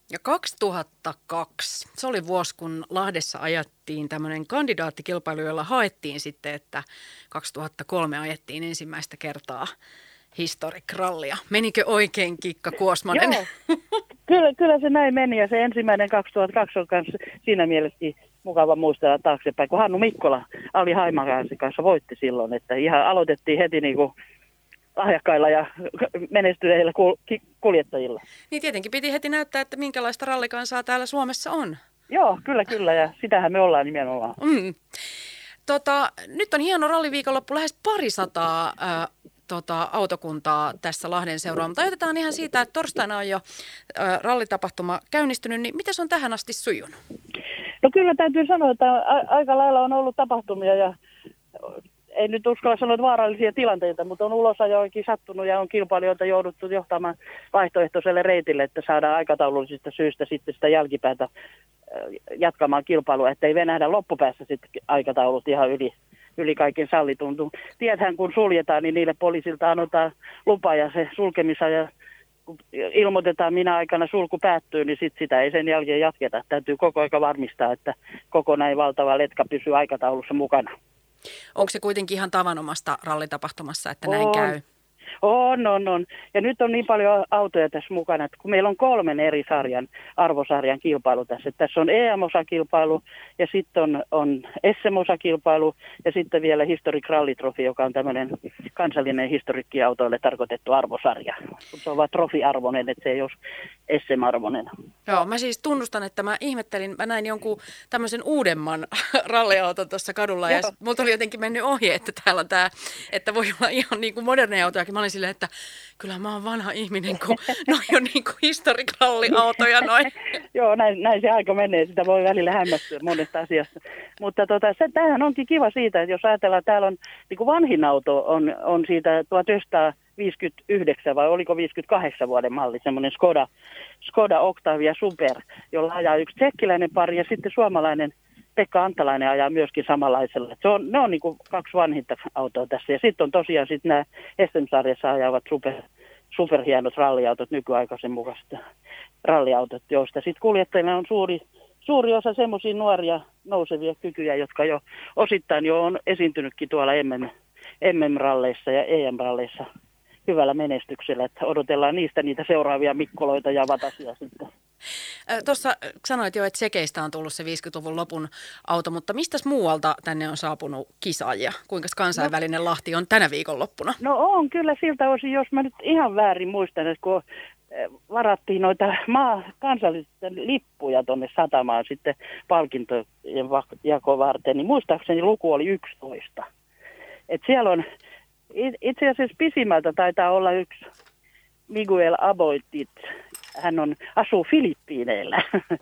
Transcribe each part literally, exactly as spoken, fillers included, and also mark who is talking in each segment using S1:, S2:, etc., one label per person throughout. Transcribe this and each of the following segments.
S1: Ja kaksituhattakaksi, se oli vuosi, kun Lahdessa ajattiin tämmöinen kandidaattikilpailu, jolla haettiin sitten, että kaksituhattakolme ajettiin ensimmäistä kertaa historic-rallia. Menikö oikein, Kikka Kuosmanen?
S2: Joo, kyllä, kyllä se näin meni ja se ensimmäinen kaksituhattakaksi on kanssa siinä mielessä mukava muistella taaksepäin, kun Hannu Mikkola Ali Haimakansin kanssa voitti silloin, että ihan aloitettiin heti niin kuin lahjakkailla ja menestyneillä kuljettajilla.
S1: Niin tietenkin piti heti näyttää, että minkälaista rallikansaa täällä Suomessa on.
S2: Joo, kyllä, kyllä ja sitähän me ollaan nimenomaan.
S1: Mm. Tota, nyt on hieno ralliviikonloppu, lähes parisataa äh, tota, autokuntaa tässä Lahden seuraa, mutta otetaan ihan siitä, että torstaina on jo äh, rallitapahtuma käynnistynyt, niin miten se on tähän asti sujunut?
S2: No kyllä täytyy sanoa, että a- aika lailla on ollut tapahtumia ja ei nyt uskalla sanoa vaarallisia tilanteita, mutta on ulosajoinkin sattunut ja on kilpailijoita jouduttu johtamaan vaihtoehtoiselle reitille, että saadaan aikataulullisista syistä sitten sitä jälkipäätä jatkamaan kilpailua, ettei venähdä loppupäässä sitten aikataulut ihan yli, yli kaiken sallitun. Tiedähän, kun suljetaan, niin niille poliisilta annetaan lupa ja se sulkemisaja, kun ilmoitetaan minä aikana sulku päättyy, niin sit sitä ei sen jälkeen jatketa. Täytyy koko ajan varmistaa, että koko näin valtava letka pysyy aikataulussa mukana.
S1: Onko se kuitenkin ihan tavanomasta rallitapahtumassa, että näin
S2: on,
S1: käy?
S2: On, on, on. Ja nyt on niin paljon autoja tässä mukana, että kun meillä on kolmen eri sarjan, arvosarjan kilpailu tässä. Että tässä on E M-osakilpailu ja sitten on, on S M-osakilpailu ja sitten vielä Historic Rally Trophy, joka on tämmöinen kansallinen historiikkiautoille tarkoitettu arvosarja. Se on vaan trofiarvoinen, että se ei ole S M-arvoinen.
S1: Joo, mä siis tunnustan, että mä ihmettelin, mä näin jonkun tämmöisen uudemman ralliauton tuossa kadulla ja multa oli jotenkin mennyt ohi, että täällä on tää, että voi olla ihan niin kuin moderneja autojakin. Mä olin silleen, että kyllä mä oon vanha ihminen, kun noi on niin kuin historic-ralliautoja noin.
S2: Joo, näin, näin se aika menee, sitä voi välillä hämmästyä monesta asiasta. Mutta tota, se, tämähän onkin kiva siitä, että jos ajatellaan, että täällä on niin kuin vanhin auto on, on siitä tuhatyhdeksänsataaviisikymmentäyhdeksän vai oliko viisikymmentäkahdeksan vuoden malli, semmoinen Skoda, Skoda Octavia Super, jolla ajaa yksi tsekkiläinen pari ja sitten suomalainen Pekka Antalainen ajaa myöskin samanlaisella. Se on, ne on niin kuin kaksi vanhinta autoa tässä. Ja sitten on tosiaan sit nämä S M-sarjassa ajavat super, superhienot ralliautot, nykyaikaisen mukaiset ralliautot, joista sitten kuljettajilla on suuri, suuri osa semmoisia nuoria nousevia kykyjä, jotka jo osittain jo on esiintynytkin tuolla M M-ralleissa ja E M-ralleissa hyvällä menestyksellä. Että odotellaan niistä niitä seuraavia Mikkoloita ja Vatasia sitten.
S1: Tuossa sanoit jo, että Sekeistä on tullut se viisikymmentäluvun lopun auto, mutta mistäs muualta tänne on saapunut kisaajia? Kuinka kansainvälinen no, Lahti on tänä viikonloppuna?
S2: No on kyllä siltä osin, jos mä nyt ihan väärin muistan, että kun varattiin noita maa kansallisia lippuja tuonne satamaan sitten palkintojen jako varten, niin muistaakseni luku oli yksitoista. Et siellä on itse asiassa pisimmältä taitaa olla yksi Miguel Aboitit. Hän on, asuu Filippiineillä.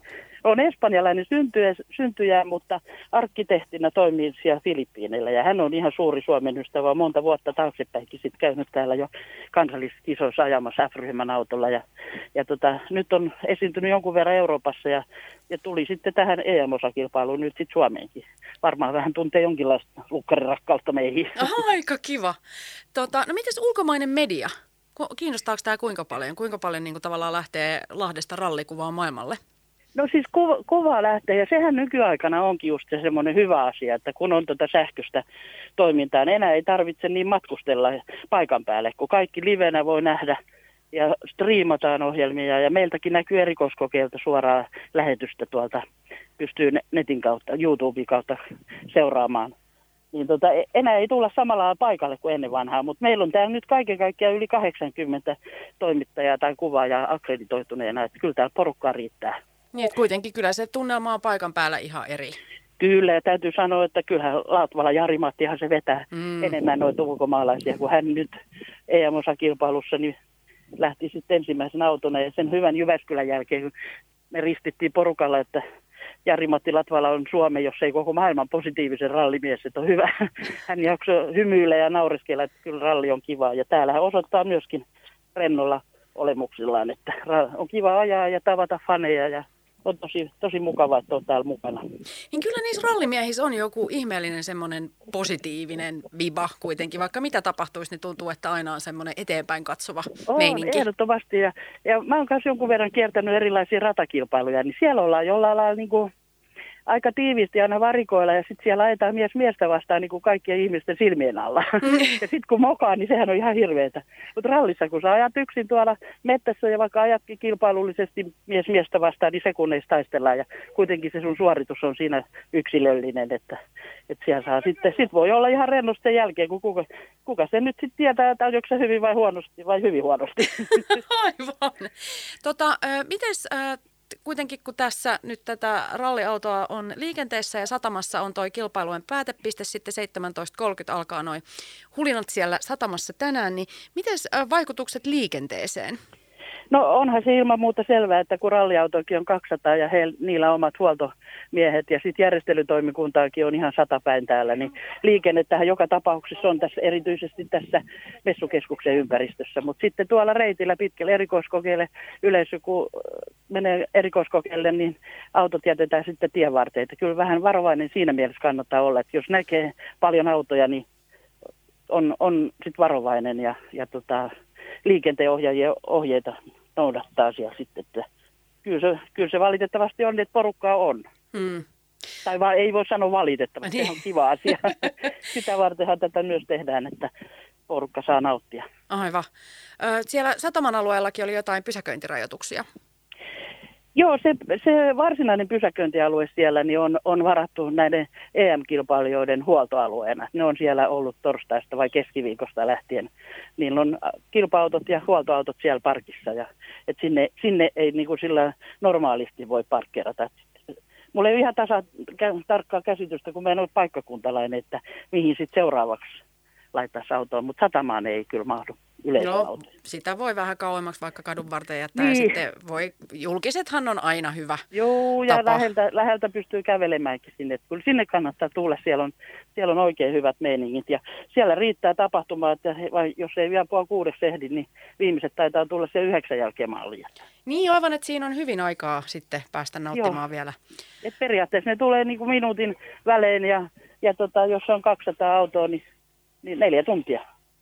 S2: On espanjalainen syntyjä, syntyjä, mutta arkkitehtinä toimii siellä Filippiineillä. Ja hän on ihan suuri Suomen ystävä. Monta vuotta taaksepäinkin sitten käynyt täällä jo kansallisissa kisoissa ajamassa F-ryhmän autolla. Ja, ja tota, nyt on esiintynyt jonkun verran Euroopassa ja, ja tuli sitten tähän E M-osakilpailuun nyt sitten Suomeenkin. Varmaan vähän tuntee jonkinlaista lukkarirakkautta meihin.
S1: Aha, aika kiva. Tota, no mites ulkomainen media? Kiinnostaako tämä kuinka paljon? Kuinka paljon niin kuin tavallaan lähtee Lahdesta rallikuvaa maailmalle?
S2: No siis kuva, kuvaa lähtee ja sehän nykyaikana onkin just se semmoinen hyvä asia, että kun on tuota sähköistä toimintaa, niin enää ei tarvitse niin matkustella paikan päälle, kun kaikki livenä voi nähdä ja striimataan ohjelmia ja meiltäkin näkyy erikoiskokeilta suoraa lähetystä tuolta, pystyy netin kautta, YouTuben kautta seuraamaan. Niin tota, enää ei tulla samalla paikalle kuin ennen vanhaa, mutta meillä on täällä nyt kaiken kaikkiaan yli kahdeksankymmentä toimittajaa tai kuvaajaa akkreditoituneena, että kyllä täällä porukkaa riittää.
S1: Niin, että kuitenkin kyllä se tunnelma on paikan päällä ihan eri.
S2: Kyllä, ja täytyy sanoa, että kyllähän Laatvala Jari-Mattihan se vetää mm. enemmän noita ulkomaalaisia, kun hän nyt E M-osakilpailussa niin lähti sitten ensimmäisen autona ja sen hyvän Jyväskylän jälkeen, kun me ristittiin porukalla, että Jari-Matti Latvala on Suomen, jos ei koko maailman positiivisen rallimies, että on hyvä. Hän jaksoi hymyillä ja nauriskella, että kyllä ralli on kiva. Ja täällä hän osoittaa myöskin rennolla olemuksillaan, että on kiva ajaa ja tavata faneja ja on tosi, tosi mukavaa, että on täällä mukana.
S1: Niin kyllä niissä rallimiehissä on joku ihmeellinen semmoinen positiivinen viba kuitenkin. Vaikka mitä tapahtuisi, niin tuntuu, että aina on semmoinen eteenpäin katsova
S2: on,
S1: meininki.
S2: Ehdottomasti. Ja, ja mä oon myös jonkun verran kiertänyt erilaisia ratakilpailuja, niin siellä ollaan jollain lailla niin kuin aika tiiviisti aina varikoilla ja sitten siellä ajetaan mies miestä vastaan niin kuin kaikkien ihmisten silmien alla. Ja sitten kun mokaa, niin sehän on ihan hirveetä. Mutta rallissa, kun sä ajat yksin tuolla mettässä ja vaikka ajatkin kilpailullisesti mies miestä vastaan, niin sekunneissa taistellaan. Ja kuitenkin se sun suoritus on siinä yksilöllinen, että, että siellä saa sitten, sit voi olla ihan rennosti sen jälkeen, kun kuka, kuka se nyt sitten tietää, että ajoiko se hyvin vai huonosti vai hyvin huonosti.
S1: Aivan. Tota, äh, mites... Äh, Kuitenkin kun tässä nyt tätä ralliautoa on liikenteessä ja satamassa on toi kilpailujen päätepiste, sitten seitsemäntoista kolmekymmentä alkaa noin hulinat siellä satamassa tänään, niin miten vaikutukset liikenteeseen?
S2: No onhan se ilman muuta selvää, että kun ralliautoikin on kaksisataa ja he, niillä on omat huoltomiehet ja sitten järjestelytoimikuntaakin on ihan sata päin täällä, niin liikennettähän joka tapauksessa on tässä erityisesti tässä messukeskuksen ympäristössä. Mutta sitten tuolla reitillä pitkälle erikoiskokeille yleisö, kun menee erikoiskokeille, niin autot jätetään sitten tienvarteita. Kyllä vähän varovainen siinä mielessä kannattaa olla, että jos näkee paljon autoja, niin on, on sitten varovainen ja, ja tota, liikenteenohjaajien ohjeita noudattaa siellä sitten, että kyllä se, kyllä se valitettavasti on, että porukkaa on. Hmm. Tai vaan ei voi sanoa valitettavasti, niin. Se on kiva asia. Sitä vartenhan tätä myös tehdään, että porukka saa nauttia.
S1: Aivan. Siellä sataman alueellakin oli jotain pysäköintirajoituksia.
S2: Joo, se, se varsinainen pysäköintialue siellä niin on, on varattu näiden E M-kilpailijoiden huoltoalueena. Ne on siellä ollut torstaista vai keskiviikosta lähtien. Niillä on kilpa-autot ja huoltoautot siellä parkissa. Ja, et sinne, sinne ei niin kuin sillä normaalisti voi parkkeerata. Mulla ei ole ihan tasa, tarkkaa käsitystä, kun mä en ole paikkakuntalainen, että mihin sitten seuraavaksi laittaisi autoon. Mutta satamaan ei kyllä mahdu.
S1: No, sitä voi vähän kauemmaksi vaikka kadun varten jättää niin. Ja sitten voi, julkisethan on aina hyvä
S2: Joo, ja läheltä, läheltä pystyy kävelemäänkin sinne. Kyllä sinne kannattaa tulla, siellä on, siellä on oikein hyvät meiningit ja siellä riittää tapahtumaa, että vai jos ei vielä puoli kuudeksi ehdi, niin viimeiset taitaa tulla siellä yhdeksän jälkeen mallia.
S1: Niin aivan, että siinä on hyvin aikaa sitten päästä nauttimaan Joo. vielä.
S2: Et periaatteessa ne tulee niin kuin minuutin välein ja, ja tota, jos on kaksisataa autoa, niin, niin neljä tuntia.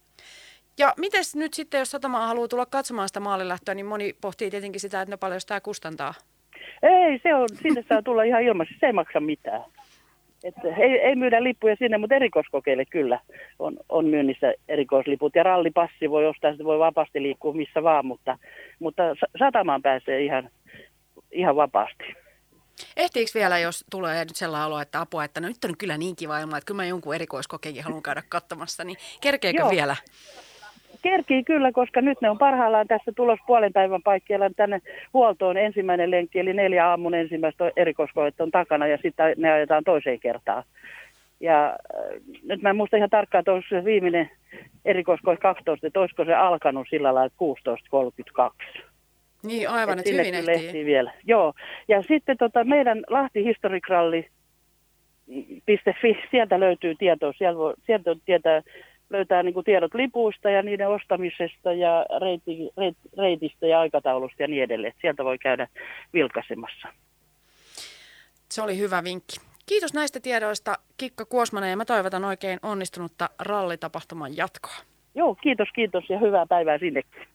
S1: Ja mites nyt sitten, jos satama haluaa tulla katsomaan sitä maalilähtöä, niin moni pohtii tietenkin sitä, että no paljon sitä kustantaa.
S2: Ei, se on, sinne saa tulla ihan ilmaiseksi, se ei maksa mitään. Et ei, ei myydä lippuja sinne, mutta erikoiskokeille kyllä on, on myynnissä erikoisliput. Ja rallipassi voi ostaa, sitä voi vapaasti liikkua missä vaan, mutta, mutta satamaan pääsee ihan, ihan vapaasti.
S1: Ehtiikö vielä, jos tulee nyt sellainen olo, että apua, että no nyt on kyllä niin kiva ilma, että kyllä mä jonkun erikoiskokeenkin haluan käydä katsomassa, niin kerkeekö
S2: Joo.
S1: vielä?
S2: Kerkii kyllä, koska nyt ne on parhaillaan tässä tulos puolen päivän paikkeilla tänne huoltoon ensimmäinen lenkki, eli neljä aamun ensimmäistä erikoiskoetta on takana ja sitten ne ajetaan toiseen kertaan. Ja äh, nyt mä en muista ihan tarkkaan, että olisiko se viimeinen erikoiskoe kaksitoista, että olisiko se alkanut sillä lailla kuusitoista kolmekymmentäkaksi.
S1: Niin aivan, että hyvin ehtii.
S2: Vielä. Joo, ja sitten tota, meidän Lahti Historic Rally piste fi, sieltä löytyy tietoa, sieltä, voi, sieltä tietää, löytää niin kuin tiedot lipuista ja niiden ostamisesta ja reiti, reit, reitistä ja aikataulusta ja niin edelleen. Sieltä voi käydä vilkaisemassa.
S1: Se oli hyvä vinkki. Kiitos näistä tiedoista Kikka Kuosmanen ja mä toivotan oikein onnistunutta rallitapahtuman jatkoa.
S2: Joo, kiitos, kiitos ja hyvää päivää sinnekin.